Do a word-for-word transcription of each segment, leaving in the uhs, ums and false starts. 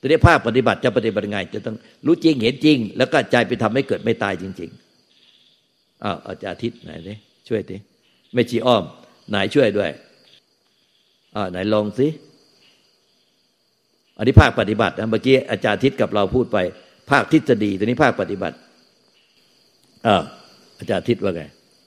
ทีนี้ภาคปฏิบัติจะปฏิบัติไงจะต้องรู้จริงเห็นจริงแล้วก็ใจไปทำให้เกิดไม่ตายจริงๆอ้าวอาจารย์อาทิตย์ไหนดิช่วยดิไม่ชีอ้อมไหนช่วยด้วยอ่าไหนลองสิอันนี้ภาคปฏิบัตินะเมื่อกี้อาจารย์อาทิตย์กับเราพูดไปภาคทฤษฎีตัวนี้ภาคปฏิบัติอ่าอาจารย์อาทิตย์ว่าไง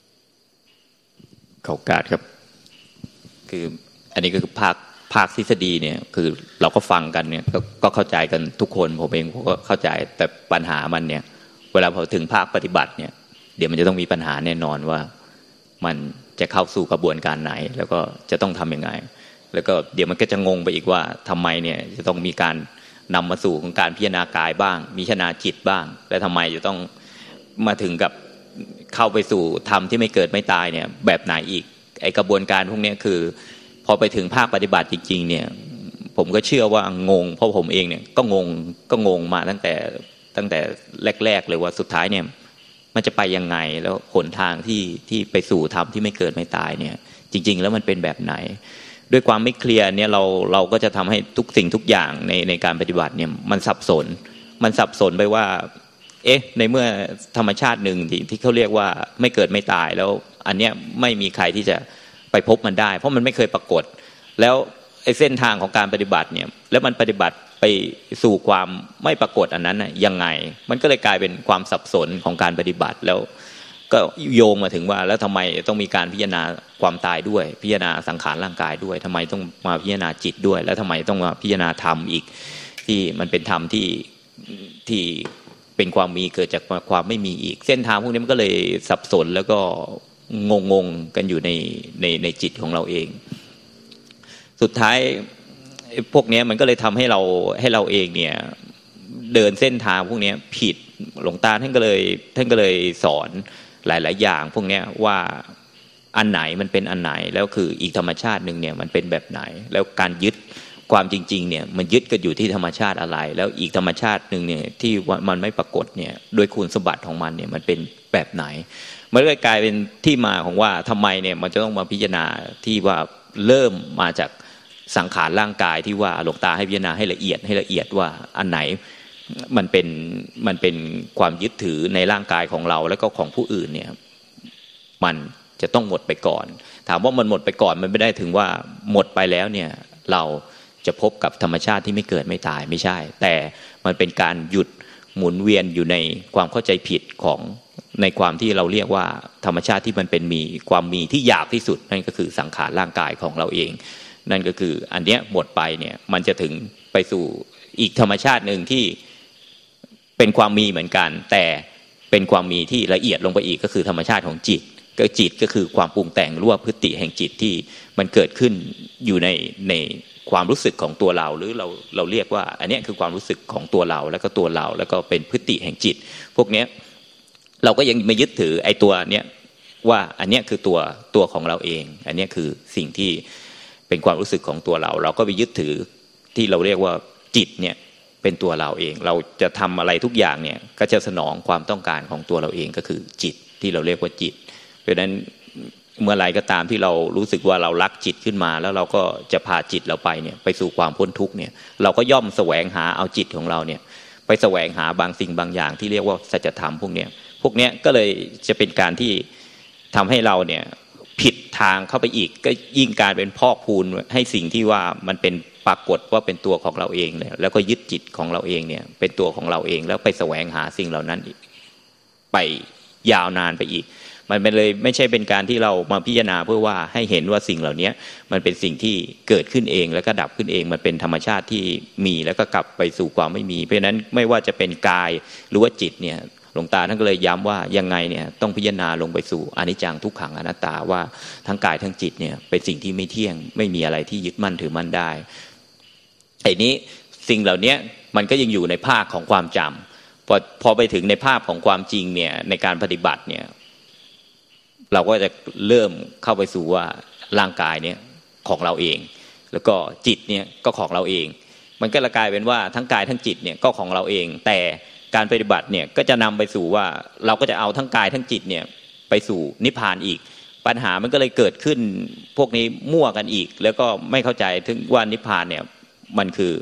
ขอโอกาสครับคืออันนี้ก็คือภาคภาคทฤษฎีเนี่ยคือเราก็ฟังกันเนี่ยกก็เข้าใจกันทุกคนผมเองผมก็เข้าใจแต่ปัญหามันเนี่ยเวลาพอถึงภาคปฏิบัติเนี่ยเดี๋ยวมันจะต้องมีปัญหาแน่นอนว่ามันจะเข้าสู่กระบวนการไหนแล้วก็จะต้องทำยังไงแล้วก็เดี๋ยวมันก็จะงงไปอีกว่าทำไมเนี่ยจะต้องมีการนำมาสู่ของการพิจารณากายบ้างมีพิจารณาจิตบ้างและทำไมจะต้องมาถึงกับเข้าไปสู่ธรรมที่ไม่เกิดไม่ตายเนี่ยแบบไหนอีกไอกระบวนการพวกนี้คือพอไปถึงภาคปฏิบัติจริงๆเนี่ยผมก็เชื่อว่างงเพราะผมเองเนี่ยก็งงก็งงมาตั้งแต่ตั้งแต่แรกๆเลยว่าสุดท้ายเนี่ยมันจะไปยังไงแล้วหนทางที่ที่ไปสู่ธรรมที่ไม่เกิดไม่ตายเนี่ยจริงๆแล้วมันเป็นแบบไหนด้วยความไม่เคลียร์เนี่ยเราเราก็จะทำให้ทุกสิ่งทุกอย่างในในการปฏิบัติเนี่ยมันสับสนมันสับสนไปว่าเอ๊ะในเมื่อธรรมชาติหนึ่งที่ที่เขาเรียกว่าไม่เกิดไม่ตายแล้วอันเนี้ยไม่มีใครที่จะไปพบมันได้เพราะมันไม่เคยปรากฏแล้วไอ้เส้นทางของการปฏิบัติเนี่ยแล้วมันปฏิบัติไปสู่ความไม่ปรากฏอันนั้นน่ะยังไงมันก็เลยกลายเป็นความสับสนของการปฏิบัติแล้วก็โยงมาถึงว่าแล้วทำไมต้องมีการพิจารณาความตายด้วยพิจารณาสังขารร่างกายด้วยทำไมต้องมาพิจารณาจิตด้วยแล้วทำไมต้องมาพิจารณาธรรมอีกที่มันเป็นธรรมที่ที่เป็นความมีเกิดจากความไม่มีอีกเส้นทางพวกนี้มันก็เลยสับสนแล้วก็งงๆกันอยู่ในในในจิตของเราเองสุดท้ายพวกนี้มันก็เลยทำให้เราให้เราเองเนี่ยเดินเส้นทางพวกนี้ผิดหลวงตาท่านก็เลยท่านก็เลยสอนหลายๆอย่างพวกนี้ว่าอันไหนมันเป็นอันไหนแล้วคืออีกธรรมชาติหนึ่งเนี่ยมันเป็นแบบไหนแล้วการยึดความจริงๆเนี่ยมันยึดกันอยู่ที่ธรรมชาติอะไรแล้วอีกธรรมชาติหนึ่งเนี่ยที่มันไม่ปรากฏเนี่ยโดยคุณสมบัติของมันเนี่ยมันเป็นแบบไหนมันก็กลายเป็นที่มาของว่าทำไมเนี่ยมันจะต้องมาพิจารณาที่ว่าเริ่มมาจากสังขารร่างกายที่ว่าหลวงตาให้พิจารณาให้ละเอียดให้ละเอียดว่าอันไหนมันเป็นมันเป็นความยึดถือในร่างกายของเราแล้วก็ของผู้อื่นเนี่ยมันจะต้องหมดไปก่อนถามว่ามันหมดไปก่อนมันไม่ได้ถึงว่าหมดไปแล้วเนี่ยเราจะพบกับธรรมชาติที่ไม่เกิดไม่ตายไม่ใช่แต่มันเป็นการหยุดหมุนเวียนอยู่ในความเข้าใจผิดของในความที่เราเรียกว่าธรรมชาติที่มันเป็นมีความมีที่หยาบที่สุดนั่นก็คือสังขารร่างกายของเราเองนั่นก็คืออันเนี้ยหมดไปเนี่ยมันจะถึงไปสู่อีกธรรมชาติหนึ่งที่เป็นความมีเหมือนกันแต่เป็นความมีที่ละเอียดลงไปอีกก็คือธรรมชาติของจิตก็จิตก็คือความปรุงแต่งหรือว่าพฤติแห่งจิตที่มันเกิดขึ้นอยู่ในในความรู้สึกของตัวเราหรือเราเราเรียกว่าอันนี้คือความรู้สึกของตัวเราแล้วก็ตัวเราแล้วก็เป็นพฤติแห่งจิตพวกนี้เราก็ยังไม่ยึดถือไอ้ตัวเนี้ยว่าอันนี้คือตัวตัวของเราเองอันนี้คือสิ่งที่เป็นความรู้สึกของตัวเราเราก็ไปยึดถือที่เราเรียกว่าจิตเนี่ยเป็นตัวเราเองเราจะทำอะไรทุกอย่างเนี่ยก็จะสนองความต้องการของตัวเราเองก็คือจิตที่เราเรียกว่าจิตเพราะฉะนั้นเมื่อไรก็ตามที่เรารู้สึกว่าเรารักจิตขึ้นมาแล้วเราก็จะพาจิตเราไปเนี่ยไปสู่ความพ้นทุกข์เนี่ยเราก็ย่อมแสวงหาเอาจิตของเราเนี่ยไปแสวงหาบางสิ่งบางอย่างที่เรียกว่าสัจธรรมพวกเนี้ยพวกเนี้ยก็เลยจะเป็นการที่ทำให้เราเนี่ยผิดทางเข้าไปอีกก็ยิ่งการเป็นพอกพูนให้สิ่งที่ว่ามันเป็นปรากฏว่าเป็นตัวของเราเองเนี่ยแล้วก็ยึดจิตของเราเองเนี่ยเป็นตัวของเราเองแล้วไปแสวงหาสิ่งเหล่านั้นไปยาวนานไปอีกมันเป็นเลยไม่ใช่เป็นการที่เรามาพิจารณาเพื่อว่าให้เห็นว่าสิ่งเหล่านี้มันเป็นสิ่งที่เกิดขึ้นเองแล้วก็ดับขึ้นเองมันเป็นธรรมชาติที่มีแล้วก็กลับไปสู่ความไม่มีเพราะฉะนั้นไม่ว่าจะเป็นกายหรือว่าจิตเนี่ยหลวงตาท่านก็เลยย้ำว่ายังไงเนี่ยต้องพิจารณาลงไปสู่อนิจจังทุกขังอนัตตาว่าทั้งกายทั้งจิตเนี่ยเป็นสิ่งที่ไม่เที่ยงไม่มีอะไรที่ยึดมั่นถือมั่นได้ไอ้นี้สิ่งเหล่านี้มันก็ยังอยู่ในภาคของความจำพอพอไปถึงในภาพของความจริงเนี่ยในการปฏิบัติเนี่ยเราก็จะเริ่มเข้าไปสู่ว่าร่างกายเนี่ยของเราเองแล้วก็จิตเนี่ยก็ของเราเองมันก็กลายเป็นว่าทั้งกายทั้งจิตเนี่ยก็ของเราเองแต่การปฏิบัติเนี่ยก็จะนำไปสู่ว่าเราก็จะเอาทั้งกายทั้งจิตเนี่ยไปสู่นิพพานอีกปัญหามันก็เลยเกิดขึ้นพวกนี้มั่วกันอีกแล้วก็ไม่เข้าใจถึงว่านิพพานเนี่ยมันคือ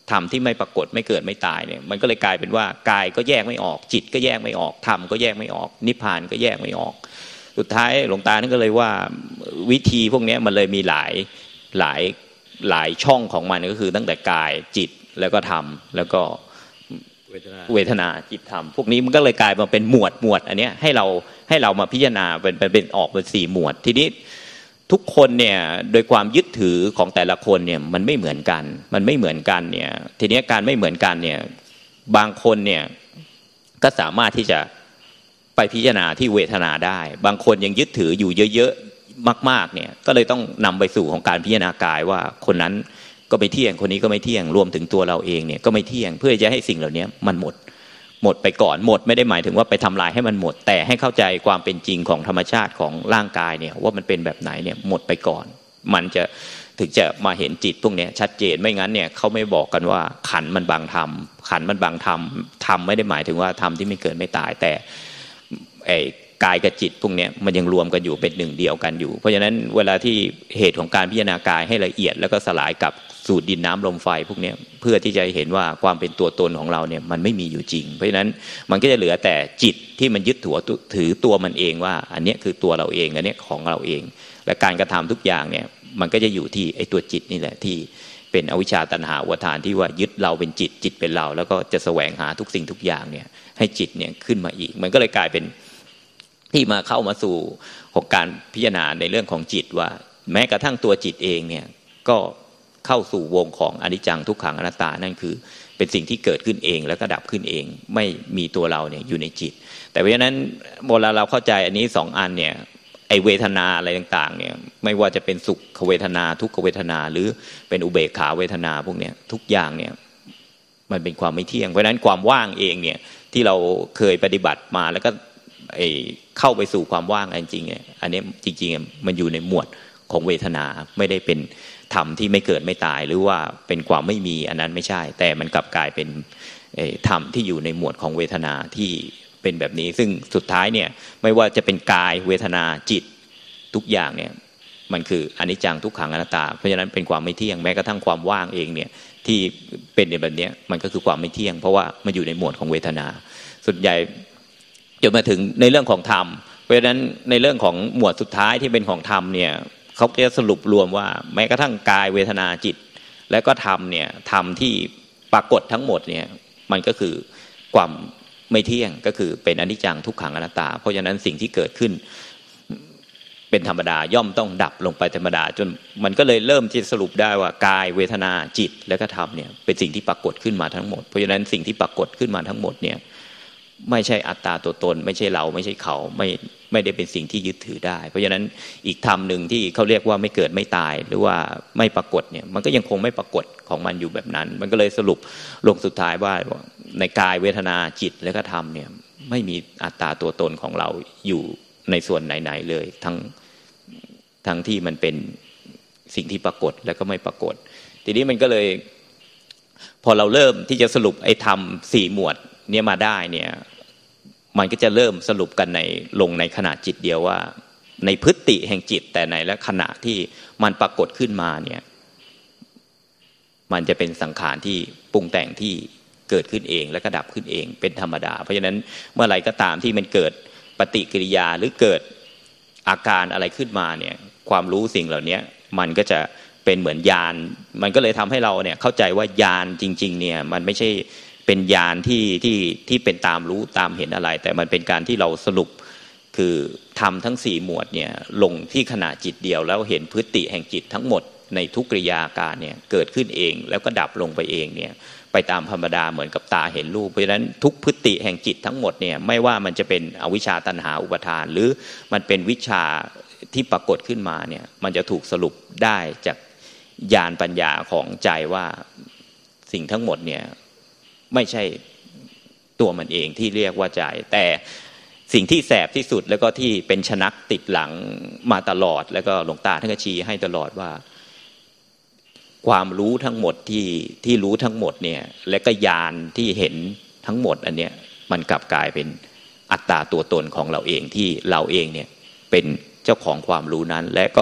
ธรรมที่ไม่ปรากฏไม่เกิดไม่ตายเนี่ยมันก็เลยกลายเป็นว่ากายก็แยกไม่ออกจิตก็แยกไม่ออกธรรมก็แยกไม่ออกนิพพานก็แยกไม่ออกสุดท้ายหลวงตาท่านก็เลยว่าวิธีพวกนี้มันเลยมีหลายหลายหลายช่องของมันก็คือตั้งแต่กายจิตแล้วก็ธรรมแล้วก็เวทนาเวทนาจิตธรรมพวกนี้มันก็เลยกลายมาเป็นหมวดหมวดอันนี้ให้เราให้เรามาพิจารณาเป็นเป็นออกเป็นสี่หมวดทีนี้ทุกคนเนี่ยโดยความยึดถือของแต่ละคนเนี่ยมันไม่เหมือนกันมันไม่เหมือนกันเนี่ยทีนี้การไม่เหมือนกันเนี่ยบางคนเนี่ยก็สามารถที่จะไปพิจารณาที่เวทนาได้บางคนยังยึดถืออยู่เยอะๆมากๆเนี่ยก็เลยต้องนำไปสู่ของการพิจารณากายว่าคนนั้นก็ไม่เที่ยงคนนี้ก็ไม่เที่ยงรวมถึงตัวเราเองเนี่ยก็ไม่เที่ยงเพื่อจะให้สิ่งเหล่านี้มันหมดหมดไปก่อนหมดไม่ได้หมายถึงว่าไปทำลายให้มันหมดแต่ให้เข้าใจความเป็นจริงของธรรมชาติของร่างกายเนี่ยว่ามันเป็นแบบไหนเนี่ยหมดไปก่อนมันจะถึงจะมาเห็นจิตพวกนี้ชัดเจนไม่งั้นเนี่ยเขาไม่บอกกันว่าขันมันบังธรรมขันมันบังธรรมธรรมไม่ได้หมายถึงว่าธรรมที่ไม่เกิดไม่ตายแต่ไอ้กายกับจิตพวกนี้มันยังรวมกันอยู่เป็นหนึ่งเดียวกันอยู่เพราะฉะนั้นเวลาที่เหตุของการพิจารณากายให้ละเอียดแล้วก็สลายกับสูตรดินน้ำลมไฟพวกนี้เพื่อที่จะเห็นว่าความเป็นตัวตนของเราเนี่ยมันไม่มีอยู่จริงเพราะฉะนั้นมันก็จะเหลือแต่จิตที่มันยึดถือถือตัวมันเองว่าอันนี้คือตัวเราเองอันนี้ของเราเองและการกระทำทุกอย่างเนี่ยมันก็จะอยู่ที่ไอ้ตัวจิตนี่แหละที่เป็นอวิชชาตัณหาอุปาทานที่ว่ายึดเราเป็นจิตจิตเป็นเราแล้วก็จะแสวงหาทุกสิ่งทุกอย่างเนี่ยให้จิตเนี่ยขึ้นมาอีกมันก็เลยกลายเป็นที่มาเข้ามาสู่ของการพิจารณาในเรื่องของจิตว่าแม้กระทั่งตัวจิตเองเนี่ยก็เข้าสู่วงของอนิจจังทุกขังอนัตตานั่นคือเป็นสิ่งที่เกิดขึ้นเองแล้วก็ดับขึ้นเองไม่มีตัวเราเนี่ยอยู่ในจิตแต่เพราะฉะนั้นเวลาเราเข้าใจอันนี้สองอันเนี่ยไอเวทนาอะไรต่างๆเนี่ยไม่ว่าจะเป็นสุขเวทนาทุกขเวทนาหรือเป็นอุเบกขาเวทนาพวกเนี้ยทุกอย่างเนี่ยมันเป็นความไม่เที่ยงเพราะฉะนั้นความว่างเองเนี่ยที่เราเคยปฏิบัติมาแล้วก็ไอเข้าไปสู่ความว่างจริงๆเนี่ยอันนี้จริงๆมันอยู่ในหมวดของเวทนาไม่ได้เป็นธรรมที่ไม่เกิดไม่ตายหรือว่าเป็นความไม่มีอันนั้นไม่ใช่แต่มันกลับกลายเป็นธรรมที่อยู่ในหมวดของเวทนาที่เป็นแบบนี้ซึ่งสุดท้ายเนี่ยไม่ว่าจะเป็นกายเวทนาจิตทุกอย่างเนี่ยมันคืออนิจจังทุกขังอนัตตาเพราะฉะนั้นเป็นความไม่เที่ยงแม้กระทั่งความว่างเองเนี่ยที่เป็นในแบบนี้มันก็คือความไม่เที่ยงเพราะว่ามันอยู่ในหมวดของเวทนาส่วนใหญ่จนมาถึงในเรื่องของธรรมเพราะฉะนั้นในเรื่องของหมวดสุดท้ายที่เป็นของธรรมเนี่ยเขาจะสรุปรวมว่าแม้กระทั่งกายเวทนาจิตและก็ธรรมเนี่ยธรรมที่ปรากฏทั้งหมดเนี่ยมันก็คือความไม่เที่ยงก็คือเป็นอนิจจังทุกขังอนัตตาเพราะฉะนั้นสิ่งที่เกิดขึ้นเป็นธรรมดาย่อมต้องดับลงไปธรรมดาจนมันก็เลยเริ่มที่สรุปได้ว่ากายเวทนาจิตและก็ธรรมเนี่ยเป็นสิ่งที่ปรากฏขึ้นมาทั้งหมดเพราะฉะนั้นสิ่งที่ปรากฏขึ้นมาทั้งหมดเนี่ยไม่ใช่อัตตาตัวตนไม่ใช่เราไม่ใช่เขาไม่ไม่ได้เป็นสิ่งที่ยึดถือได้เพราะฉะนั้นอีกธรรมหนึ่งที่เขาเรียกว่าไม่เกิดไม่ตายหรือว่าไม่ปรากฏเนี่ยมันก็ยังคงไม่ปรากฏของมันอยู่แบบนั้นมันก็เลยสรุปลงสุดท้ายว่าในกายเวทนาจิตและก็ธรรมเนี่ยไม่มีอัตตาตัวตนของเราอยู่ในส่วนไหนๆเลยทั้งทั้งที่มันเป็นสิ่งที่ปรากฏและก็ไม่ปรากฏทีนี้มันก็เลยพอเราเริ่มที่จะสรุปไอ้ธรรมสี่หมวดเนี่ยมาได้เนี่ยมันก็จะเริ่มสรุปกันในลงในขณะจิตเดียวว่าในพฤติแห่งจิตแต่ในและขณะที่มันปรากฏขึ้นมาเนี่ยมันจะเป็นสังขารที่ปรุงแต่งที่เกิดขึ้นเองและก็ดับขึ้นเองเป็นธรรมดาเพราะฉะนั้นเมื่อไหร่ก็ตามที่มันเกิดปฏิกิริยาหรือเกิดอาการอะไรขึ้นมาเนี่ยความรู้สิ่งเหล่านี้มันก็จะเป็นเหมือนญาณมันก็เลยทำให้เราเนี่ยเข้าใจว่าญาณจริงๆเนี่ยมันไม่ใช่เป็นญาณที่ที่ที่เป็นตามรู้ตามเห็นอะไรแต่มันเป็นการที่เราสรุปคือทำทั้งสี่หมวดเนี่ยลงที่ขณะจิตเดียวแล้วเห็นพฤติแห่งจิตทั้งหมดในทุกกิริยาการเนี่ยเกิดขึ้นเองแล้วก็ดับลงไปเองเนี่ยไปตามธรรมดาเหมือนกับตาเห็นรูปเพราะฉะนั้นทุกพฤติแห่งจิตทั้งหมดเนี่ยไม่ว่ามันจะเป็นอวิชชาตัณหาอุปาทานหรือมันเป็นวิชาที่ปรากฏขึ้นมาเนี่ยมันจะถูกสรุปได้จากญาณปัญญาของใจว่าสิ่งทั้งหมดเนี่ยไม่ใช่ตัวมันเองที่เรียกว่าใจแต่สิ่งที่แสบที่สุดแล้วก็ที่เป็นชนักติดหลังมาตลอดแล้วก็หลวงตาท่านก็ชี้ให้ตลอดว่าความรู้ทั้งหมดที่ที่รู้ทั้งหมดเนี่ยและก็ญาณที่เห็นทั้งหมดอันเนี้ยมันกลับกลายเป็นอัตตาตัวตนของเราเองที่เราเองเนี่ยเป็นเจ้าของความรู้นั้นและก็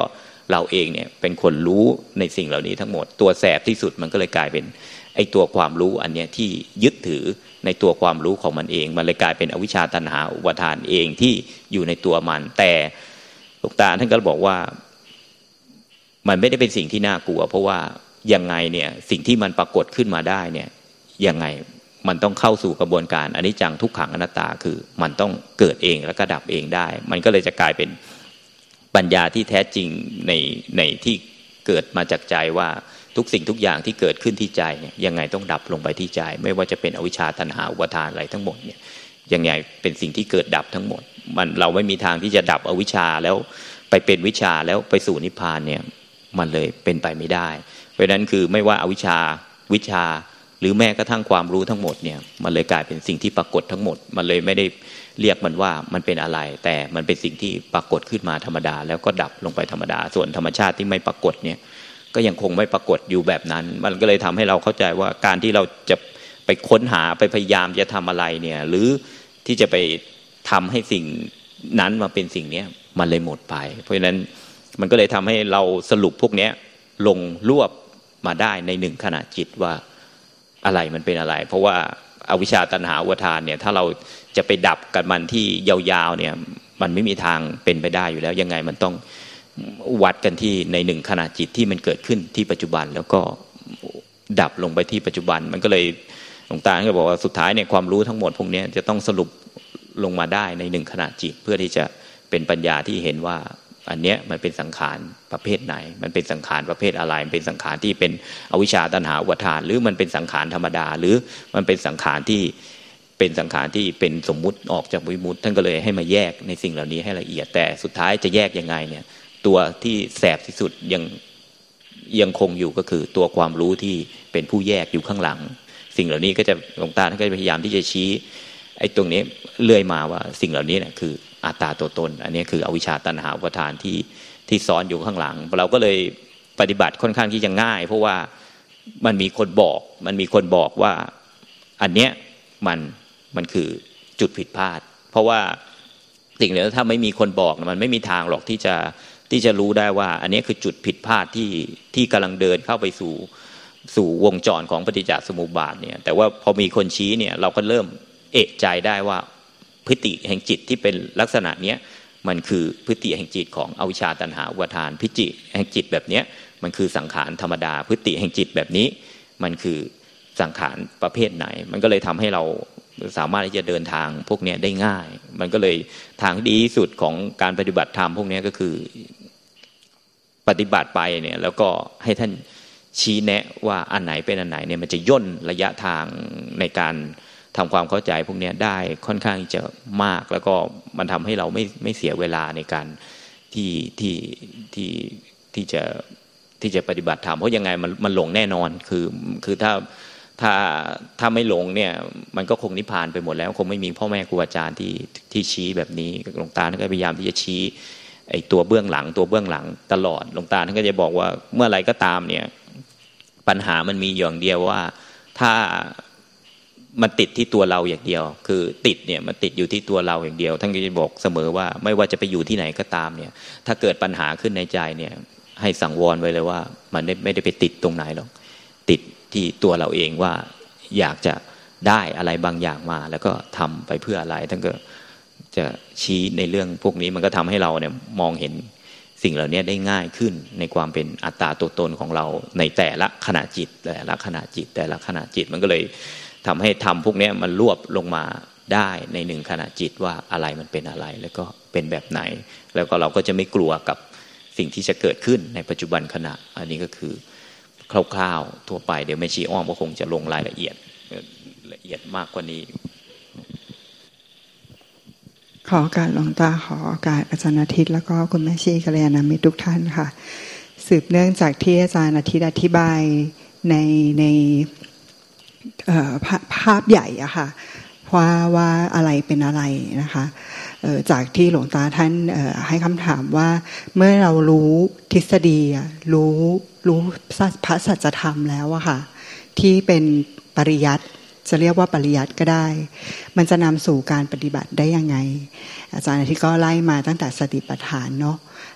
เราเองเนี่ยเป็นคนรู้ในสิ่งเหล่านี้ทั้งหมดตัวแสบที่สุดมันก็เลยกลายเป็นไอ้ตัวความรู้อันเนี้ยที่ยึดถือในตัวความรู้ของมันเองมันเลยกลายเป็นอวิชชาตัณหาอุปาทานเองที่อยู่ในตัวมันแต่หลวงตาท่านก็บอกว่ามันไม่ได้เป็นสิ่งที่น่ากลัวเพราะว่ายังไงเนี่ยสิ่งที่มันปรากฏขึ้นมาได้เนี่ยยังไงมันต้องเข้าสู่กระบวนการอนิจจังทุกขังอนัตตาคือมันต้องเกิดเองแล้วก็ดับเองได้มันก็เลยจะกลายเป็นปัญญาที่แท้จริงในในที่เกิดมาจากใจว่าทุกสิ่งทุกอย่างที่เกิดขึ้นที่ใจเนี่ยยังไงต้องดับลงไปที่ใจไม่ว่าจะเป็นอวิชชาตัณหาอุปาทานอะไรทั้งหมดเนี่ยยังไงเป็นสิ่งที่เกิดดับทั้งหมดมันเราไม่มีทางที่จะดับอวิชชาแล้วไปเป็นวิชาแล้วไปสู่นิพพานเนี่ยมันเลยเป็นไปไม่ได้เพราะฉะนั้นคือไม่ว่าอวิชชาวิชาหรือแม้กระทั่งความรู้ทั้งหมดเนี่ยมันเลยกลายเป็นสิ่งที่ปรากฏทั้งหมดมันเลยไม่ได้เรียกมันว่ามันเป็นอะไรแต่มันเป็นสิ่งที่ปรากฏขึ้นมาธรรมดาแล้วก็ดับลงไปธรรมดาส่วนธรรมชาติที่ไม่ปรากฏเนี่ยก็ยังคงไม่ปรากฏอยู่แบบนั้นมันก็เลยทำให้เราเข้าใจว่าการที่เราจะไปค้นหาไปพยายามจะทำอะไรเนี่ยหรือที่จะไปทำให้สิ่งนั้นมาเป็นสิ่งนี้มันเลยหมดไปเพราะฉะนั้นมันก็เลยทำให้เราสรุปพวกนี้ลงรวบมาได้ในหนึ่งขณะจิตว่าอะไรมันเป็นอะไรเพราะว่าอวิชชาตัณหาอุปาทานเนี่ยถ้าเราจะไปดับกับมันที่ยาวๆเนี่ยมันไม่มีทางเป็นไปได้อยู่แล้วยังไงมันต้องวัดกันที่ในหนึ่งขณะจิตที่มันเกิดขึ้นที่ปัจจุบันแล้วก็ดับลงไปที่ปัจจุบันมันก็เลยหลวงตาก็บอกว่าสุดท้ายเนี่ยความรู้ทั้งหมดพวกนี้จะต้องสรุปลงมาได้ในหนึ่งขณะจิตเพื่อที่จะเป็นปัญญาที่เห็นว่าอันเนี้ยมันเป็นสังขารประเภทไหนมันเป็นสังขารประเภทอะไรมันเป็นสังขารที่เป็นอวิชชาตัณหาอุปาทานหรือมันเป็นสังขารธรรมดาหรือมันเป็นสังขารที่เป็นสังขารที่เป็นสมมุติออกจากวิมุตติท่านก็เลยให้มาแยกในสิ่งเหล่านี้ให้ละเอียดแต่สุดท้ายจะแยกยังไงเนี่ยตัวที่แสบที่สุดยังยังคงอยู่ก็คือตัวความรู้ที่เป็นผู้แยกอยู่ข้างหลังสิ่งเหล่านี้ก็จะหลวงตาท่านก็พยายามที่จะชี้ไอ้ตรงนี้เลื่อยมาว่าสิ่งเหล่านี้เนี่ยคืออัตตาตัวตนอันนี้คืออวิชชาตัณหาอุปาทานที่ที่ซ้อนอยู่ข้างหลังเราก็เลยปฏิบัติค่อนข้างที่จะง่ายเพราะว่ามันมีคนบอกมันมีคนบอกว่าอันเนี้ยมันมันคือจุดผิดพลาดเพราะว่าสิ่งเหล่านี้ถ้าไม่มีคนบอกมันไม่มีทางหรอกที่จะที่จะรู้ได้ว่าอันนี้คือจุดผิดพลาดที่ที่กำลังเดินเข้าไปสู่สู่วงจรของปฏิจจสมุปบาทเนี่ยแต่ว่าพอมีคนชี้เนี่ยเราก็เริ่มเอะใจได้ว่าพฤติแห่งจิตที่เป็นลักษณะเนี้ยมันคือพฤติแห่งจิตของอวิชชาตัณหาอุปาทานพฤติแห่งจิตแบบเนี้ยมันคือสังขารธรรมดาพฤติแห่งจิตแบบนี้มันคือสังขารประเภทไหนมันก็เลยทำให้เราสามารถที่จะเดินทางพวกนี้ได้ง่ายมันก็เลยทางดีที่สุดของการปฏิบัติธรรมพวกนี้ก็คือปฏิบัติไปเนี่ยแล้วก็ให้ท่านชี้แนะว่าอันไหนเป็นอันไหนเนี่ยมันจะย่นระยะทางในการทำความเข้าใจพวกนี้ได้ค่อนข้างจะมากแล้วก็มันทำให้เราไม่ไม่เสียเวลาในการที่ที่ที่ที่จะที่จะปฏิบัติธรรมเพราะยังไงมันมันหลงแน่นอนคือคือถ้าถ้าถ้าไม่หลงเนี่ยมันก็คงนิพพานไปหมดแล้วคงไม่มีพ่อแม่ครูอาจารย์ที่ที่ชี้แบบนี้หลวงตาท่านก็พยายามที่จะชี้ไอ้ตัวเบื้องหลังตัวเบื้องหลังตลอดหลวงตาท่านก็จะบอกว่าเมื่อไรก็ตามเนี่ยปัญหามันมีอย่างเดียวว่าถ้ามันติดที่ตัวเราอย่างเดียวคือติดเนี่ยมันติดอยู่ที่ตัวเราอย่างเดียวท่านก็จะบอกเสมอว่าไม่ว่าจะไปอยู่ที่ไหนก็ตามเนี่ยถ้าเกิดปัญหาขึ้นในใจเนี่ยให้สังวรไว้เลยว่ามันไม่ได้ไปติดตรงไหนหรอกติดที่ตัวเราเองว่าอยากจะได้อะไรบางอย่างมาแล้วก็ทำไปเพื่ออะไรท่านก็จะชี้ในเรื่องพวกนี้มันก็ทำให้เราเนี่ยมองเห็นสิ่งเหล่านี้ได้ง่ายขึ้นในความเป็นอัตตาตัวตนของเราในแต่ละขณะจิตแต่ละขณะจิตแต่ละขณะจิตมันก็เลยทำให้ทำพวกนี้มันรวบลงมาได้ในหนึ่งขณะจิตว่าอะไรมันเป็นอะไรแล้วก็เป็นแบบไหนแล้วก็เราก็จะไม่กลัวกับสิ่งที่จะเกิดขึ้นในปัจจุบันขณะอันนี้ก็คือคร่าวๆทั่วไปเดี๋ยวแม่ชีอ้อมก็คงจะลงรายละเอียดละเอียดมากกว่านี้ขอการหลวงตาขอการอาจารย์อาทิตย์แล้วก็คุณแม่ชีกัลยาณมิตรทุกท่านค่ะสืบเนื่องจากที่อาจารย์อาทิตย์อธิบายในในภาพใหญ่อะค่ะว่าว่าอะไรเป็นอะไรนะคะจากที่หลวงตาท่านให้คำถามว่าเมื่อเรารู้ทฤษฎีรู้รู้พระสัจธรรมแล้วอะค่ะที่เป็นปริยัติจะเรียกว่าปริยัติก็ได้มันจะนำสู่การปฏิบัติได้ยังไงอาจารย์อาทิตย์ก็ไล่มาตั้งแต่สติปัฏฐานเนาะ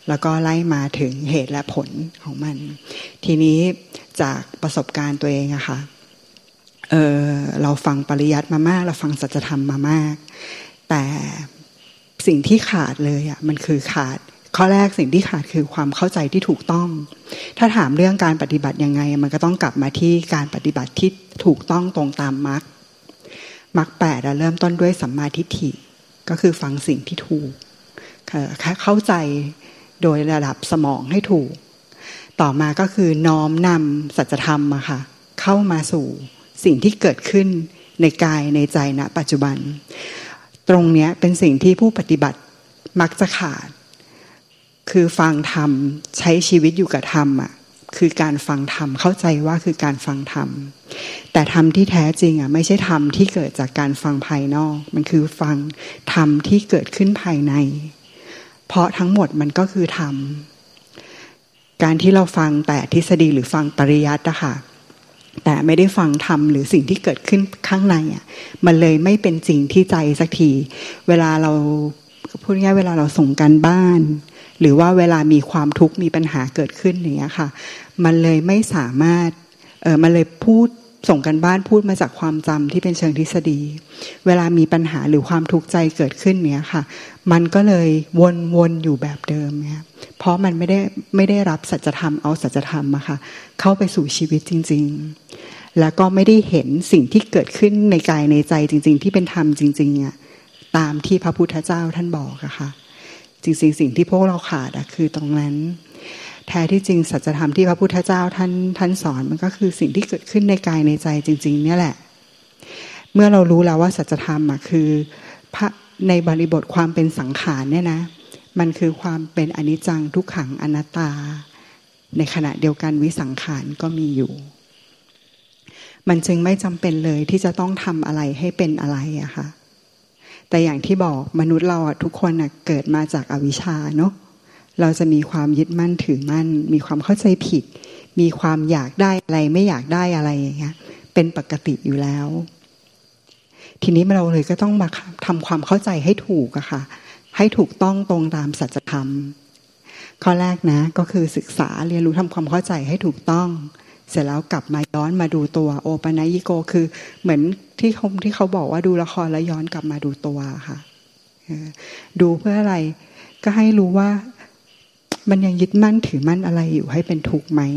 แล้วก็ไล่มาถึงเหตุและผลของมันทีนี้จากประสบการณ์ตัวเองอะค่ะเออเราฟังปริยัติมามากเราฟังสัจธรรมมามากแต่สิ่งที่ขาดเลยอะมันคือขาดข้อแรกสิ่งที่ขาดคือความเข้าใจที่ถูกต้องถ้าถามเรื่องการปฏิบัติยังไงมันก็ต้องกลับมาที่การปฏิบัติที่ถูกต้องตรงตามมรรคมรรคแปดเริ่มต้นด้วยสัมมาทิฏฐิก็คือฟังสิ่งที่ถูกเข้าใจโดยระดับสมองให้ถูกต่อมาก็คือน้อมนำสัจธรรมอะค่ะเข้ามาสู่สิ่งที่เกิดขึ้นในกายในใจณปัจจุบันตรงเนี้ยเป็นสิ่งที่ผู้ปฏิบัติมักจะขาดคือฟังธรรมใช้ชีวิตอยู่กับธรรมอ่ะคือการฟังธรรมเข้าใจว่าคือการฟังธรรมแต่ธรรมที่แท้จริงอ่ะไม่ใช่ธรรมที่เกิดจากการฟังภายนอกมันคือฟังธรรมที่เกิดขึ้นภายในเพราะทั้งหมดมันก็คือธรรมการที่เราฟังแต่ทฤษฎีหรือฟังปริยัติอะค่ะแต่ไม่ได้ฟังธรรมหรือสิ่งที่เกิดขึ้นข้างในอ่ะมันเลยไม่เป็นจริงที่ใจสักทีเวลาเราพูดง่ายเวลาเราส่งการบ้านหรือว่าเวลามีความทุกข์มีปัญหาเกิดขึ้นอย่างเงี้ยค่ะมันเลยไม่สามารถเออมันเลยพูดส่งกันบ้านพูดมาจากความจำที่เป็นเชิงทฤษฎีเวลามีปัญหาหรือความทุกข์ใจเกิดขึ้นเนี้ยค่ะมันก็เลยวนๆอยู่แบบเดิมเนี่ยเพราะมันไม่ได้ไม่ได้รับสัจธรรมเอาสัจธรรมอะค่ะเข้าไปสู่ชีวิตจริงๆแล้วก็ไม่ได้เห็นสิ่งที่เกิดขึ้นในกายในใจจริงๆที่เป็นธรรมจริงๆอะตามที่พระพุทธเจ้าท่านบอกอะค่ะจริงๆสิ่งที่พวกเราขาดอะคือตรงนั้นแท้ที่จริงสัจธรรมที่พระพุทธเจ้าท่านท่านสอนมันก็คือสิ่งที่เกิดขึ้นในกายในใจจริงๆเนี่ยแหละเมื่อเรารู้แล้วว่าสัจธรรมอะคือพระในบริบทความเป็นสังขารเนี่ยนะมันคือความเป็นอนิจจังทุกขังอนัตตาในขณะเดียวกันวิสังขารก็มีอยู่มันจึงไม่จำเป็นเลยที่จะต้องทำอะไรให้เป็นอะไรอะค่ะแต่อย่างที่บอกมนุษย์เราอะทุกคนอะเกิดมาจากอวิชชาเนาะเราจะมีความยึดมั่นถือมั่นมีความเข้าใจผิดมีความอยากได้อะไรไม่อยากได้อะไรอย่างเงี้ยเป็นปกติอยู่แล้วทีนี้เราเลยก็ต้องมาทำความเข้าใจให้ถูกอะค่ะให้ถูกต้องตรงตามสัจธรรมข้อแรกนะก็คือศึกษาเรียนรู้ทำความเข้าใจให้ถูกต้องเสร็จแล้วกลับมาย้อนมาดูตัวโอปนัญิโกคือเหมือนที่เขาที่เขาบอกว่าดูละครแล้วย้อนกลับมาดูตัวค่ะดูเพื่ออะไรก็ให้รู้ว่ามันยังยึดมั่นถือมั่นอะไรอยู่ให้เป็นทุกข์ไหม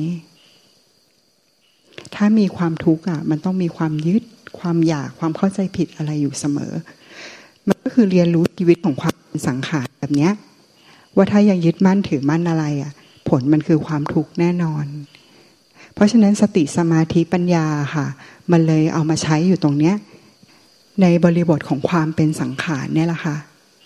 ถ้ามีความทุกข์อ่ะมันต้องมีความยึดความอยากความเข้าใจผิดอะไรอยู่เสมอมันก็คือเรียนรู้ชีวิตของความเป็นสังขารแบบเนี้ยว่าถ้ายังยึดมั่นถือมั่นอะไรอ่ะผลมันคือความทุกข์แน่นอนเพราะฉะนั้นสติสมาธิปัญญาค่ะมันเลยเอามาใช้อยู่ตรงเนี้ยในบริบทของความเป็นสังขารเนี่ยแหละค่ะ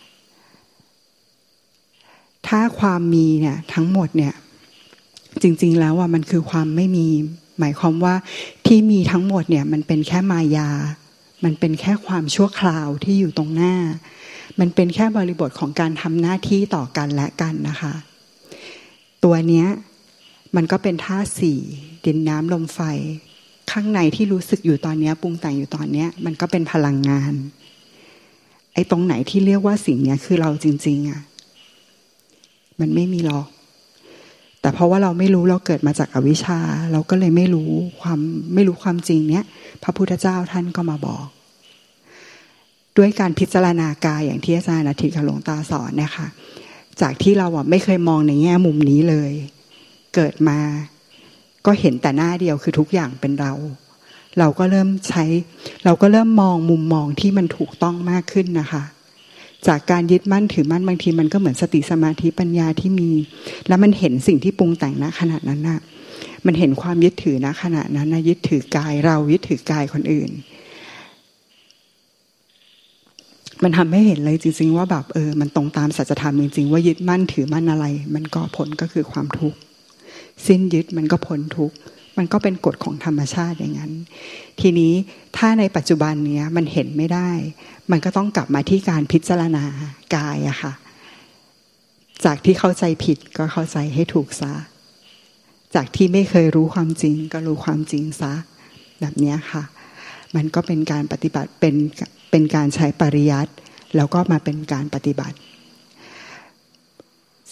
ถ้าความมีเนี่ยทั้งหมดเนี่ยจริงๆแล้วอ่ะมันคือความไม่มีหมายความว่าที่มีทั้งหมดเนี่ยมันเป็นแค่มายามันเป็นแค่ความชั่วคราวที่อยู่ตรงหน้ามันเป็นแค่บริบทของการทำหน้าที่ต่อกันและกันนะคะตัวเนี้ยมันก็เป็นธาตุสี่ดินน้ำลมไฟข้างในที่รู้สึกอยู่ตอนนี้ปรุงแต่งอยู่ตอนนี้มันก็เป็นพลังงานไอ้ตรงไหนที่เรียกว่าสิ่งนี้คือเราจริงๆอ่ะมันไม่มีหรอกแต่เพราะว่าเราไม่รู้เราเกิดมาจากอวิชชาเราก็เลยไม่รู้ความไม่รู้ความจริงเนี้ยพระพุทธเจ้าท่านก็มาบอกด้วยการพิจารณากายอย่างที่อาจารย์อาทิตย์กับหลวงตาสอนเนี่ยค่ะจากที่เราอ่ะไม่เคยมองในแง่มุมนี้เลยเกิดมาก็เห็นแต่หน้าเดียวคือทุกอย่างเป็นเราเราก็เริ่มใช้เราก็เริ่มมองมุมมองที่มันถูกต้องมากขึ้นนะคะจากการยึดมั่นถือมั่นบางทีมันก็เหมือนสติสมาธิปัญญาที่มีแล้วมันเห็นสิ่งที่ปรุงแต่งณขณะนั้นน่ะมันเห็นความยึดถือณขณะนั้นนะยึดถือกายเรายึดถือกายคนอื่นมันทำให้เห็นเลยจริงๆว่าแบบเออมันตรงตามสัจธรรมจริงๆว่ายึดมั่นถือมั่นอะไรมันก็ผลก็คือความทุกข์สิ้นยึดมันก็พ้นทุกข์มันก็เป็นกฎของธรรมชาติอย่างนั้นทีนี้ถ้าในปัจจุบันเนี้ยมันเห็นไม่ได้มันก็ต้องกลับมาที่การพิจารณากายอะค่ะจากที่เข้าใจผิดก็เข้าใจให้ถูกซะจากที่ไม่เคยรู้ความจริงก็รู้ความจริงซะแบบนี้ค่ะมันก็เป็นการปฏิบัติเป็นเป็นการใช้ปริยัติแล้วก็มาเป็นการปฏิบัติ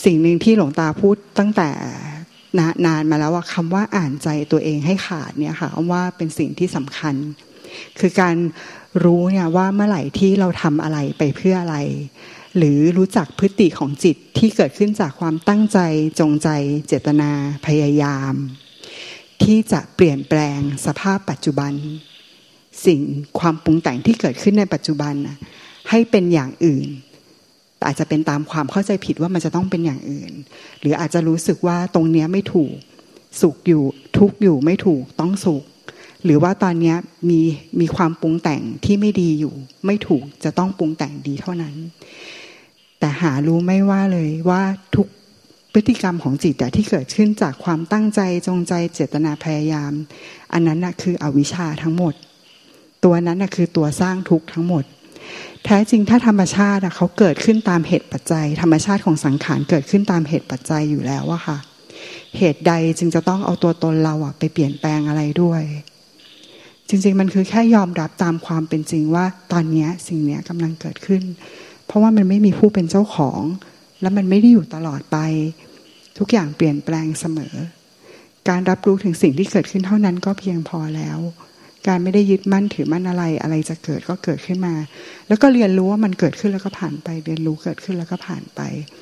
สิ่งหนึ่งที่หลวงตาพูดตั้งแต่นานมาแล้วว่าคำว่าอ่านใจตัวเองให้ขาดเนี่ยค่ะว่าเป็นสิ่งที่สำคัญคือการรู้เนี่ยว่าเมื่อไหร่ที่เราทำอะไรไปเพื่ออะไรหรือรู้จักพฤติของจิตที่เกิดขึ้นจากความตั้งใจจงใจเจตนาพยายามที่จะเปลี่ยนแปลงสภาพปัจจุบันสิ่งความปรุงแต่งที่เกิดขึ้นในปัจจุบันนะให้เป็นอย่างอื่นแต่อาจจะเป็นตามความเข้าใจผิดว่ามันจะต้องเป็นอย่างอื่นหรืออาจจะรู้สึกว่าตรงเนี้ยไม่ถูกสุขอยู่ทุกข์อยู่ไม่ถูกต้องสุขหรือว่าตอนนี้มีมีความปรุงแต่งที่ไม่ดีอยู่ไม่ถูกจะต้องปรุงแต่งดีเท่านั้นแต่หารู้ไม่ว่าเลยว่าทุกพฤติกรรมของจิตที่เกิดขึ้นจากความตั้งใจจงใจเจตนาพยายามอันนั้นน่ะคืออวิชชาทั้งหมดตัวนั้นน่ะคือตัวสร้างทุกข์ทั้งหมดแท้จริงถ้าธรรมชาติเขาเกิดขึ้นตามเหตุปัจจัยธรรมชาติของสังขารเกิดขึ้นตามเหตุปัจจัยอยู่แล้วอะค่ะเหตุใดจึงจะต้องเอาตัวตนเราอะไปเปลี่ยนแปลงอะไรด้วยจริงๆมันคือแค่ยอมรับตามความเป็นจริงว่าตอนนี้สิ่งนี้กำลังเกิดขึ้นเพราะว่ามันไม่มีผู้เป็นเจ้าของและมันไม่ได้อยู่ตลอดไปทุกอย่างเปลี่ยนแปลงเสมอการรับรู้ถึงสิ่งที่เกิดขึ้นเท่านั้นก็เพียงพอแล้วการไม่ได้ยึดมั่นถือมั่นอะไรอะไรจะเกิดก็เกิดขึ้นมาแล้วก็เรียนรู้ว่ามันเกิดขึ้นแล้วก็ผ่านไปเรียนรู้เกิดขึ้นแล้วก็ผ่านไป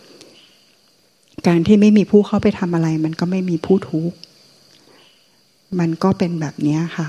การที่ไม่มีผู้เข้าไปทำอะไรมันก็ไม่มีผู้ทุกข์มันก็เป็นแบบนี้ค่ะ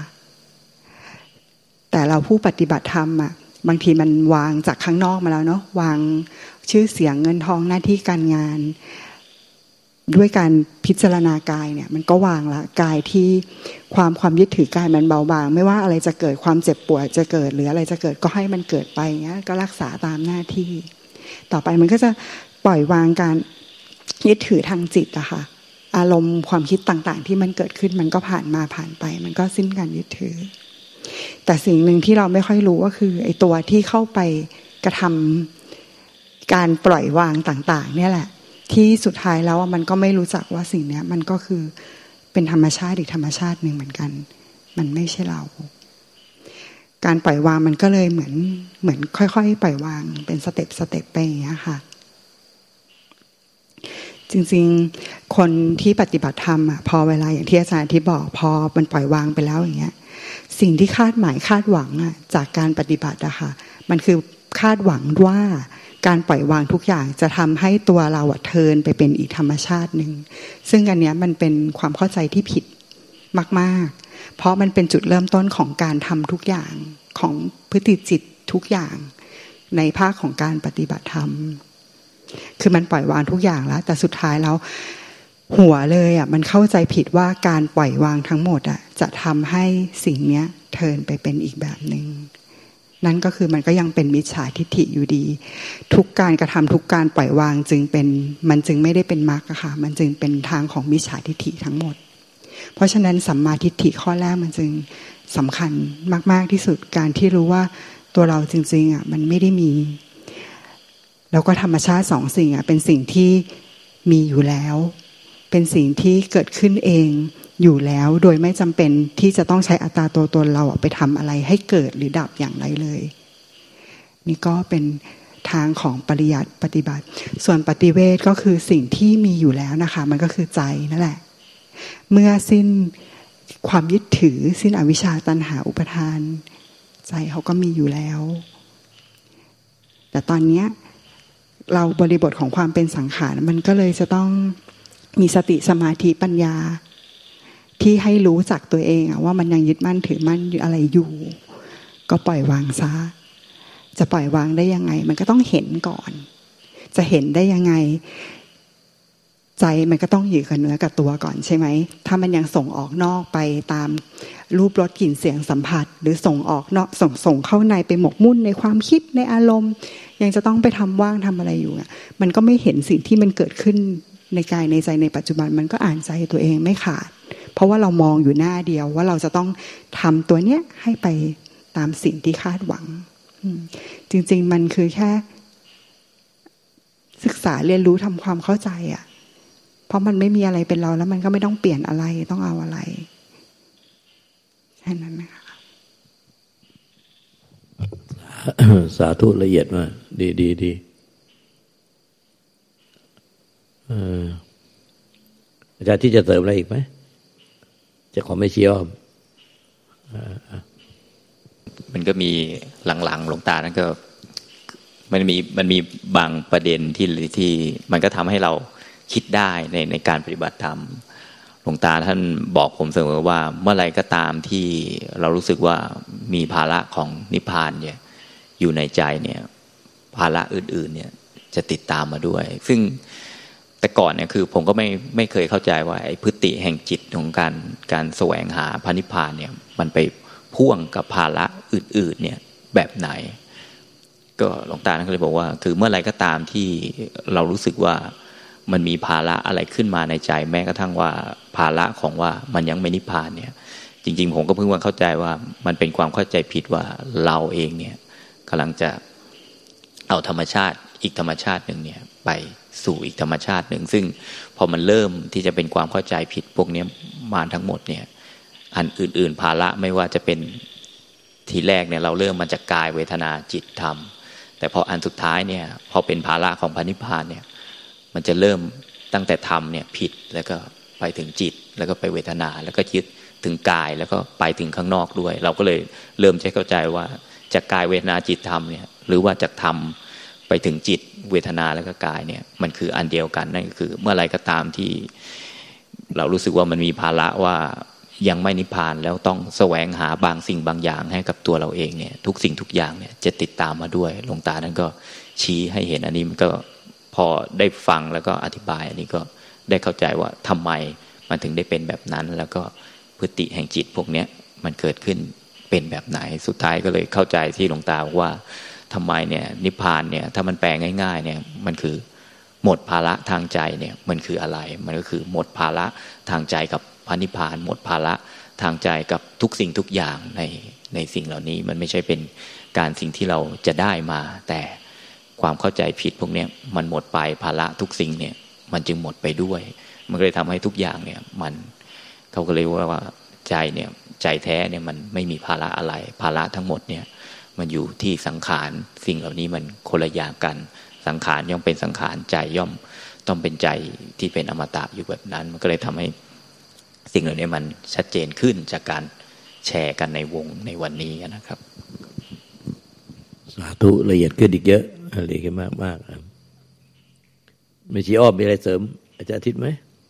แต่เราผู้ปฏิบัติธรรมอ่ะบางทีมันวางจากข้างนอกมาแล้วเนาะวางชื่อเสียงเงินทองหน้าที่การงานด้วยการพิจารณากายเนี่ยมันก็วางละกายที่ความความยึดถือกายมันเบาบางไม่ว่าอะไรจะเกิดความเจ็บปวดจะเกิดหรืออะไรจะเกิดก็ให้มันเกิดไปเงี้ยก็รักษาตามหน้าที่ต่อไปมันก็จะปล่อยวางการยึดถือทางจิตอะค่ะอารมณ์ความคิดต่างๆที่มันเกิดขึ้นมันก็ผ่านมาผ่านไปมันก็สิ้นการยึดถือแต่สิ่งหนึ่งที่เราไม่ค่อยรู้ก็คือไอ้ตัวที่เข้าไปกระทำการปล่อยวางต่างๆเนี่ยแหละที่สุดท้ายแล้วมันก็ไม่รู้จักว่าสิ่งนี้มันก็คือเป็นธรรมชาติอีกธรรมชาติหนึ่งเหมือนกันมันไม่ใช่เราการปล่อยวางมันก็เลยเหมือนเหมือนค่อยๆปล่อยวางเป็นสเต็ปสเต็ปไปอย่างเงี้ยค่ะจริงๆคนที่ปฏิบัติธรรมอ่ะพอเวลาอย่างที่อาจารย์ที่บอกพอมันปล่อยวางไปแล้วอย่างเงี้ยสิ่งที่คาดหมายคาดหวังอ่ะจากการปฏิบัติอะค่ะมันคือคาดหวังว่าการปล่อยวางทุกอย่างจะทำให้ตัวเราอะเทิร์นไปเป็นอีกธรรมชาติหนึ่งซึ่งอันเนี้ยมันเป็นความเข้าใจที่ผิดมากๆเพราะมันเป็นจุดเริ่มต้นของการทำทุกอย่างของพฤติจิตทุกอย่างในภาคของการปฏิบัติธรรมคือมันปล่อยวางทุกอย่างแล้วแต่สุดท้ายแล้วหัวเลยอ่ะมันเข้าใจผิดว่าการปล่อยวางทั้งหมดอ่ะจะทำให้สิ่งเนี้ยเทิร์นไปเป็นอีกแบบนึงนั่นก็คือมันก็ยังเป็นมิจฉาทิฏฐิอยู่ดีทุกการกระทำทุกการปล่อยวางจึงเป็นมันจึงไม่ได้เป็นมรรคอะค่ะมันจึงเป็นทางของมิจฉาทิฏฐิทั้งหมดเพราะฉะนั้นสัมมาทิฏฐิข้อแรกมันจึงสำคัญมากๆที่สุดการที่รู้ว่าตัวเราจริงๆอ่ะมันไม่ได้มีแล้วก็ธรรมชาติสองสิ่งอ่ะเป็นสิ่งที่มีอยู่แล้วเป็นสิ่งที่เกิดขึ้นเองอยู่แล้วโดยไม่จำเป็นที่จะต้องใช้อัตราตัวตนเราไปทำอะไรให้เกิดหรือดับอย่างไรเลยนี่ก็เป็นทางของปริยัติปฏิบัติส่วนปฏิเวทก็คือสิ่งที่มีอยู่แล้วนะคะมันก็คือใจนั่นแหละเมื่อสิ้นความยึดถือสิ้นอวิชชาตัณหาอุปทานใจเขาก็มีอยู่แล้วแต่ตอนนี้เราบริบทของความเป็นสังขารมันก็เลยจะต้องมีสติสมาธิปัญญาที่ให้รู้จักตัวเองว่ามันยังยึดมั่นถือมั่นอะไรอยู่ก็ปล่อยวางซะจะปล่อยวางได้ยังไงมันก็ต้องเห็นก่อนจะเห็นได้ยังไงใจมันก็ต้องอยู่กับเนื้อกับตัวก่อนใช่ไหมถ้ามันยังส่งออกนอกไปตามรูปรสกลิ่นเสียงสัมผัสหรือส่งออกนอกส่งส่งเข้าในไปหมกมุ่นในความคิดในอารมณ์ยังจะต้องไปทำว่างทำอะไรอยู่มันก็ไม่เห็นสิ่งที่มันเกิดขึ้นในกายในใจในปัจจุบันมันก็อ่านใจตัวเองไม่ขาดเพราะว่าเรามองอยู่หน้าเดียวว่าเราจะต้องทำตัวเนี้ยให้ไปตามสิ่งที่คาดหวังจริงๆมันคือแค่ศึกษาเรียนรู้ทำความเข้าใจอ่ะเพราะมันไม่มีอะไรเป็นเราแล้วมันก็ไม่ต้องเปลี่ยนอะไรต้องเอาอะไรแค่นั้นนะคะสาธุละเอียดมากดีดีดีอาจารย์ที่จะเสริมอะไรอีกไหมจะขอไม่ชี้อ้อมมันก็มีหลังๆหลวงตานั่นก็มันมีมันมีบางประเด็นที่ที่มันก็ทำให้เราคิดได้ในในการปฏิบัติธรรมหลวงตาท่านบอกผมเสมอว่าเมื่อไรก็ตามที่เรารู้สึกว่ามีภาระของนิพพานเนี่ยอยู่ในใจเนี่ยภาระอื่นๆเนี่ยจะติดตามมาด้วยซึ่งแต่ก่อนเนี่ยคือผมก็ไม่ไม่เคยเข้าใจว่าไอ้พฤติแห่งจิตของการการแสวงหาพระนิพพานเนี่ยมันไปพ่วงกับภาระอื่นๆเนี่ยแบบไหนก็หลวงตาท่านก็เลยบอกว่าคือเมื่อไรก็ตามที่เรารู้สึกว่ามันมีภาระอะไรขึ้นมาในใจแม้กระทั่งว่าภาระของว่ามันยังไม่นิพพานเนี่ยจริงๆผมก็เพิ่งว่าเข้าใจว่ามันเป็นความเข้าใจผิดว่าเราเองเนี่ยกำลังจะเอาธรรมชาติอีกธรรมชาติหนึ่งเนี่ยไปสู่อีกธรรมชาติหนึ่งซึ่งพอมันเริ่มที่จะเป็นความเข้าใจผิดพวกนี้มาทั้งหมดเนี่ยอันอื่นๆภาระไม่ว่าจะเป็นทีแรกเนี่ยเราเริ่มมันจากกายเวทนาจิตธรรมแต่พออันสุดท้ายเนี่ยพอเป็นภาระของพระนิพพานเนี่ยมันจะเริ่มตั้งแต่ธรรมเนี่ยผิดแล้วก็ไปถึงจิตแล้วก็ไปเวทนาแล้วก็ยึดถึงกายแล้วก็ไปถึงข้างนอกด้วยเราก็เลยเริ่มจะเข้าใจว่าจากกายเวทนาจิตธรรมเนี่ยหรือว่าจากธรรมไปถึงจิตเวทนาแล้วก็กายเนี่ยมันคืออันเดียวกันนั่นก็คือเมื่อไรก็ตามที่เรารู้สึกว่ามันมีภาระว่ายังไม่นิพพานแล้วต้องแสวงหาบางสิ่งบางอย่างให้กับตัวเราเองเนี่ยทุกสิ่งทุกอย่างเนี่ยจะติดตามมาด้วยหลวงตานั้นก็ชี้ให้เห็นอันนี้มันก็พอได้ฟังแล้วก็อธิบายอันนี้ก็ได้เข้าใจว่าทำไมมันถึงได้เป็นแบบนั้นแล้วก็พฤติแห่งจิตพวกนี้มันเกิดขึ้นเป็นแบบไหนสุดท้ายก็เลยเข้าใจที่หลวงตาบอกว่าทำไมเนี่ยนิพพานเนี่ยถ้ามันแปลง่ายๆเนี่ยมันคือหมดภาระทางใจเนี่ยมันคืออะไรมันก็คือหมดภาระทางใจกับพระนิพพานหมดภาระทางใจกับทุกสิ่งทุกอย่างในในสิ่งเหล่านี้มันไม่ใช่เป็นการสิ่งที่เราจะได้มาแต่ความเข้าใจผิดพวกนี้มันหมดไปภาระทุกสิ่งเนี่ยมันจึงหมดไปด้วยมันก็เลยทำให้ทุกอย่างเนี่ยมันเขาก็เลยว่าว่าใจเนี่ยใจแท้เนี่ยมันไม่มีภาระอะไรภาระทั้งหมดเนี่ยมันอยู่ที่สังขารสิ่งเหล่านี้มันคนละอย่างกันสังขารย่อมเป็นสังขารใจย่อมต้องเป็นใจที่เป็นอมตะอยู่แบบนั้นมันก็เลยทำให้สิ่งเหล่านี้มันชัดเจนขึ้นจากการแชร์กันในวงในวันนี้นะครับสาธุละเอียดขึ้นอีกเยอะละเอียดขึ้นมากมากไม่ชี้อ้อมมีอะไรเสริมอาจารย์อาทิตย์ไหม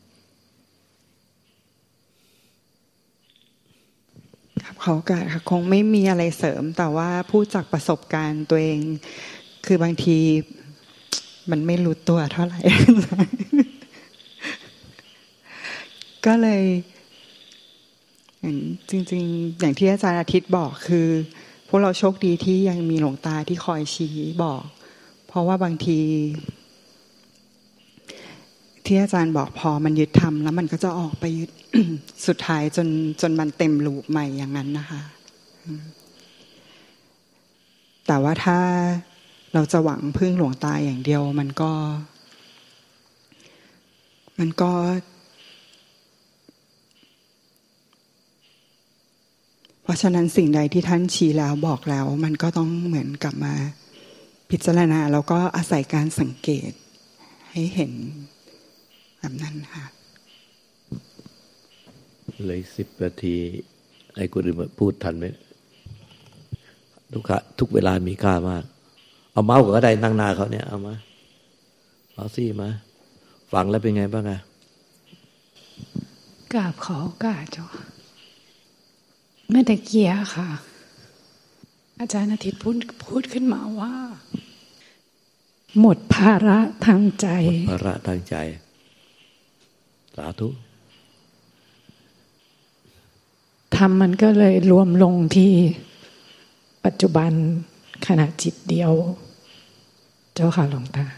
ครับขอโอกาสค่ะคงไม่มีอะไรเสริมแต่ว่าพูดจากประสบการณ์ตัวเองคือบางทีมันไม่รู้ตัวเท่าไหร่ ก็เลยจริงๆอย่างที่อาจารย์อาทิตย์บอกคือพวกเราโชคดีที่ยังมีหลวงตาที่คอยชี้บอกเพราะว่าบางทีที่อาจารย์บอกพอมันยึดทำแล้วมันก็จะออกไปยึด สุดท้ายจนจนมันเต็มลูปใหม่อย่างนั้นนะคะแต่ว่าถ้าเราจะหวังพึ่งหลวงตาอย่างเดียวมันก็มันก็เพราะฉะนั้นสิ่งใดที่ท่านชี้แล้วบอกแล้วมันก็ต้องเหมือนกลับมาพิจารณาแล้วก็อาศัยการสังเกตให้เห็นแบบนั้นค่ะเลยสิบนาทีไอ้คนอื่นพูดทันไหมทุกทุกเวลามีค่ามากเอาเมาส์ก็ได้นั่งหน้าเขาเนี่ยเอามาเอาซี่มาฟังแล้วเป็นไงบ้างอะกราบขอโอกาสเจ้าเมื่อตะเกียค่ะอาจารย์อาทิตย์พูดพูดขึ้นมาว่าหมดภาระทางใจภาระทางใจสาธุธรรมมันก็เลยรวมลงที่ปัจจุบันขณะจิตเดียวเจ้าค่ะหลวงตา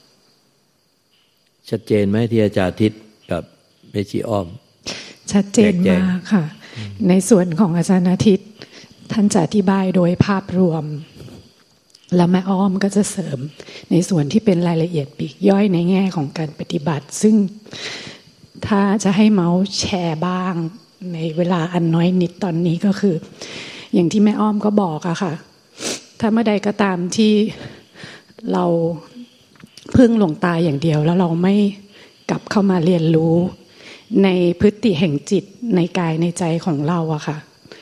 ชัดเจนไหมที่อาจารย์อาทิตย์กับเมชีอ้อมชัดเจนมากค่ะในส่วนของอาจารย์อาทิตย์ท่านจะอธิบายโดยภาพรวมแล้วแม่อ้อมก็จะเสริมในส่วนที่เป็นรายละเอียดปลีกย่อยในแง่ของการปฏิบัติซึ่งถ้าจะให้เมาส์แชร์บ้างในเวลาอันน้อยนิดตอนนี้ก็คืออย่างที่แม่อ้อมก็บอกอะค่ะถ้าเมื่อใดก็ตามที่เราพึ่งหลวงตาอย่างเดียวแล้วเราไม่กลับเข้ามาเรียนรู้ในพฤติแห่งจิตในกายในใจของเราอะค่ะ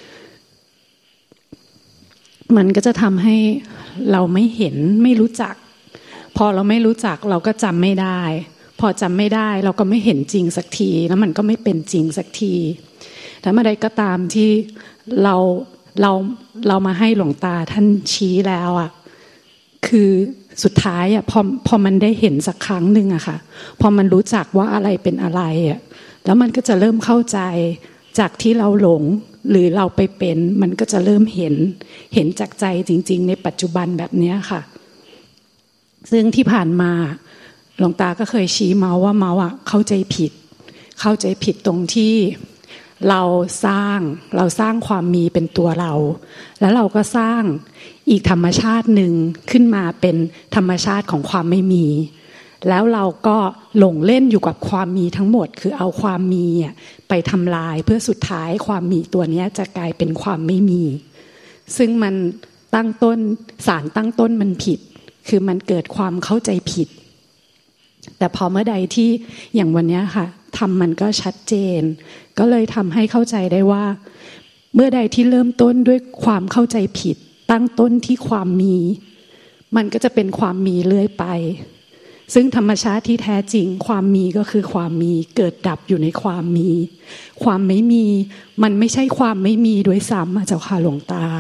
มันก็จะทำให้เราไม่เห็นไม่รู้จักพอเราไม่รู้จักเราก็จำไม่ได้พอจำไม่ได้เราก็ไม่เห็นจริงสักทีแล้วมันก็ไม่เป็นจริงสักทีแต่เมื่อใดก็ตามที่เราเราเรามาให้หลวงตาท่านชี้แล้วอะคือสุดท้ายอะพอพอมันได้เห็นสักครั้งหนึ่งอะค่ะพอมันรู้จักว่าอะไรเป็นอะไรอะแล้วมันก็จะเริ่มเข้าใจจากที่เราหลงหรือเราไปเป็นมันก็จะเริ่มเห็นเห็นจากใจจริงๆในปัจจุบันแบบนี้ค่ะซึ่งที่ผ่านมาหลวงตาก็เคยชี้เมาว่าเมาอะเข้าใจผิดเข้าใจผิดตรงที่เราสร้างเราสร้างความมีเป็นตัวเราแล้วเราก็สร้างอีกธรรมชาติหนึ่งขึ้นมาเป็นธรรมชาติของความไม่มีแล้วเราก็หลงเล่นอยู่กับความมีทั้งหมดคือเอาความมีไปทำลายเพื่อสุดท้ายความมีตัวนี้จะกลายเป็นความไม่มีซึ่งมันตั้งต้นสารตั้งต้นมันผิดคือมันเกิดความเข้าใจผิดแต่พอเมื่อใดที่อย่างวันนี้ค่ะทำมันก็ชัดเจนก็เลยทำให้เข้าใจได้ว่าเมื่อใดที่เริ่มต้นด้วยความเข้าใจผิดตั้งต้นที่ความมีมันก็จะเป็นความมีเรื่อยไปซึ่งธรรมชาติที่แท้จริงความมีก็คือความมีเกิดดับอยู่ในความมีความไม่มีมันไม่ใช่ความไม่มีด้วยซ้ำอะเจ้าค่ะหลวงตา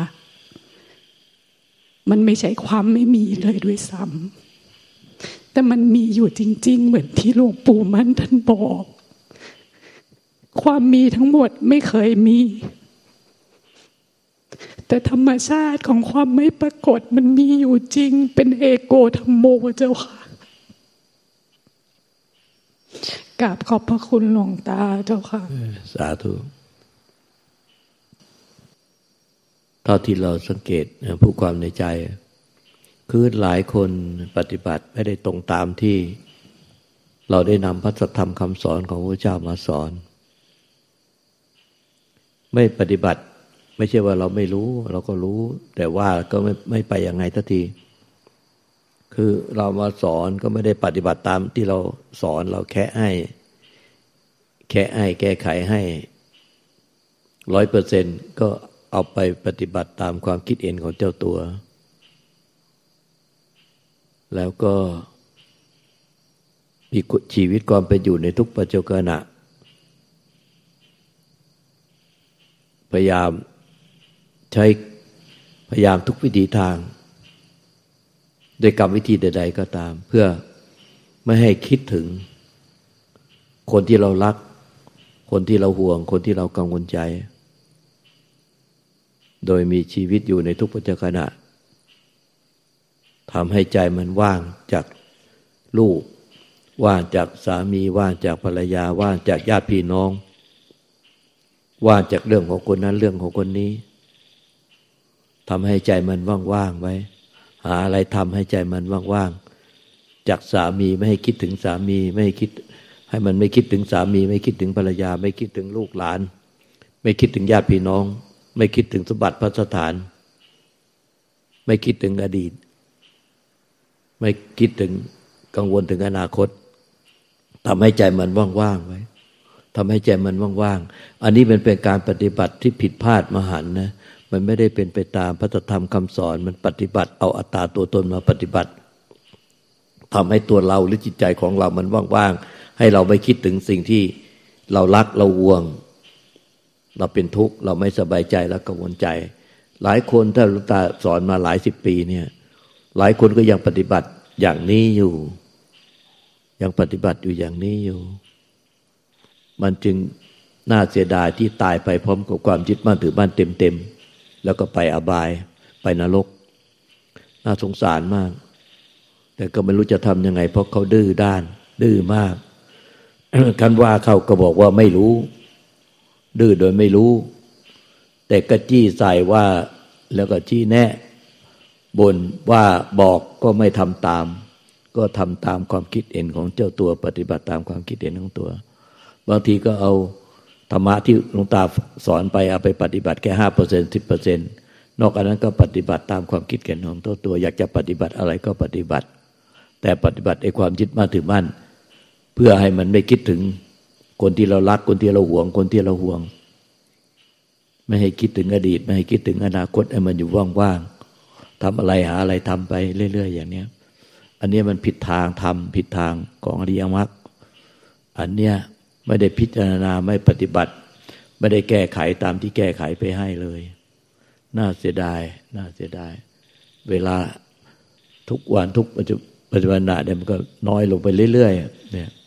มันไม่ใช่ความไม่มีเลยด้วยซ้ำแต่มันมีอยู่จริงๆเหมือนที่หลวงปู่มั่นท่านบอกความมีทั้งหมดไม่เคยมีแต่ธรรมชาติของความไม่ปรากฏมันมีอยู่จริงเป็นเอโกธัมโมเจ้าค่ะกราบขอบพระคุณหลวงตาเจ้าค่ะสาธุเท่าที่เราสังเกตผู้ความในใจคือหลายคนปฏิบัติไม่ได้ตรงตามที่เราได้นำพระสัทธรรมคำสอนของพระเจ้ามาสอนไม่ปฏิบัติไม่ใช่ว่าเราไม่รู้เราก็รู้แต่ว่าก็ไม่ไม่ไปยังไงทันทีคือเรามาสอนก็ไม่ได้ปฏิบัติตามที่เราสอนเราแค่ให้แค่ให้แก้ไขให้ร้อยเปอร์เซ็นต์ก็เอาไปปฏิบัติตามความคิดเห็นของเจ้าตัวแล้วก็มีชีวิตความเป็นอยู่ในทุกปัจจุบันพยายามใช้พยายามทุกวิถีทางโดยกรรมวิธีใดๆก็ตามเพื่อไม่ให้คิดถึงคนที่เรารักคนที่เราห่วงคนที่เรากังวลใจโดยมีชีวิตอยู่ในทุกปัจจุบันทำให้ใจมันว่างจากลูกว่างจากสามีว่างจากภรรยาว่างจากญาติพี่น้องว่างจากเรื่องของคนนั้นเรื่องของคนนี้ทำให้ใจมันว่างๆไว้หาอะไรทำให้ใจมันว่างๆจากสามีไม่ให้คิดถึงสามีไม่ให้คิดให้มันไม่คิดถึงสามีไม่คิดถึงภรรยาไม่คิดถึงลูกหลานไม่คิดถึงญาติพี่น้องไม่คิดถึงสมบัติพัสถานไม่คิดถึงอดีตไม่คิดถึงกังวลถึงอนาคตทำให้ใจมันว่างๆไว้ทำให้ใจมันว่างๆอันนี้มันเป็นการปฏิบัติที่ผิดพลาดมหันต์นะมันไม่ได้เป็นไปตามพระธรรมคำสอนมันปฏิบัติเอาอัตตาตัวตนมาปฏิบัติทำให้ตัวเราหรือจิตใจของเรามันว่างๆให้เราไม่คิดถึงสิ่งที่เรารักเราห่วงเราเป็นทุกข์เราไม่สบายใจและกังวลใจหลายคนถ้าหลวงตาสอนมาหลายสิบปีเนี่ยหลายคนก็ยังปฏิบัติอย่างนี้อยู่ยังปฏิบัติอยู่อย่างนี้อยู่มันจึงน่าเสียดายที่ตายไปพร้อมกับความยึดมั่นถือมั่นเต็มๆแล้วก็ไปอบายไปนรกน่าสงสารมากแต่ก็ไม่รู้จะทำยังไงเพราะเขาดื้อด้านดื้อมาก กันว่าเขาก็บอกว่าไม่รู้ดื้อโดยไม่รู้แต่ก็จี้ใส่ว่าแล้วก็ชี้แนะบ่นว่าบอกก็ไม่ทำตามก็ทำตามความคิดเห็นของเจ้าตัวปฏิบัติตามความคิดเห็นของตัวบางทีก็เอาธรรมะที่หลวงตาสอนไปเอาไปปฏิบัติแค่ ห้าเปอร์เซ็นต์ สิบเปอร์เซ็นต์ นอกจากนั้นก็ปฏิบัติตามความคิดเห็นของตัวตัวอยากจะปฏิบัติอะไรก็ปฏิบัติแต่ปฏิบัติไอ้ความยึดมั่นถือมั่นเพื่อให้มันไม่คิดถึงคนที่เรารักคนที่เราหวงคนที่เราห่วงไม่ให้คิดถึงอดีตไม่ให้คิดถึงอนาคตให้มันอยู่ว่างๆทำอะไรหาอะไรทำไปเรื่อยๆอย่างเนี้ยอันนี้มันผิดทางทำผิดทางของอริยมรรคอันเนี้ยไม่ได้พิจารณาไม่ปฏิบัติไม่ได้แก้ไขตามที่แก้ไขไปให้เลยน่าเสียดายน่าเสียดายเวลาทุกวันทุกปัจจุบันเนี่ยมันก็น้อยลงไปเรื่อยๆเนี่ย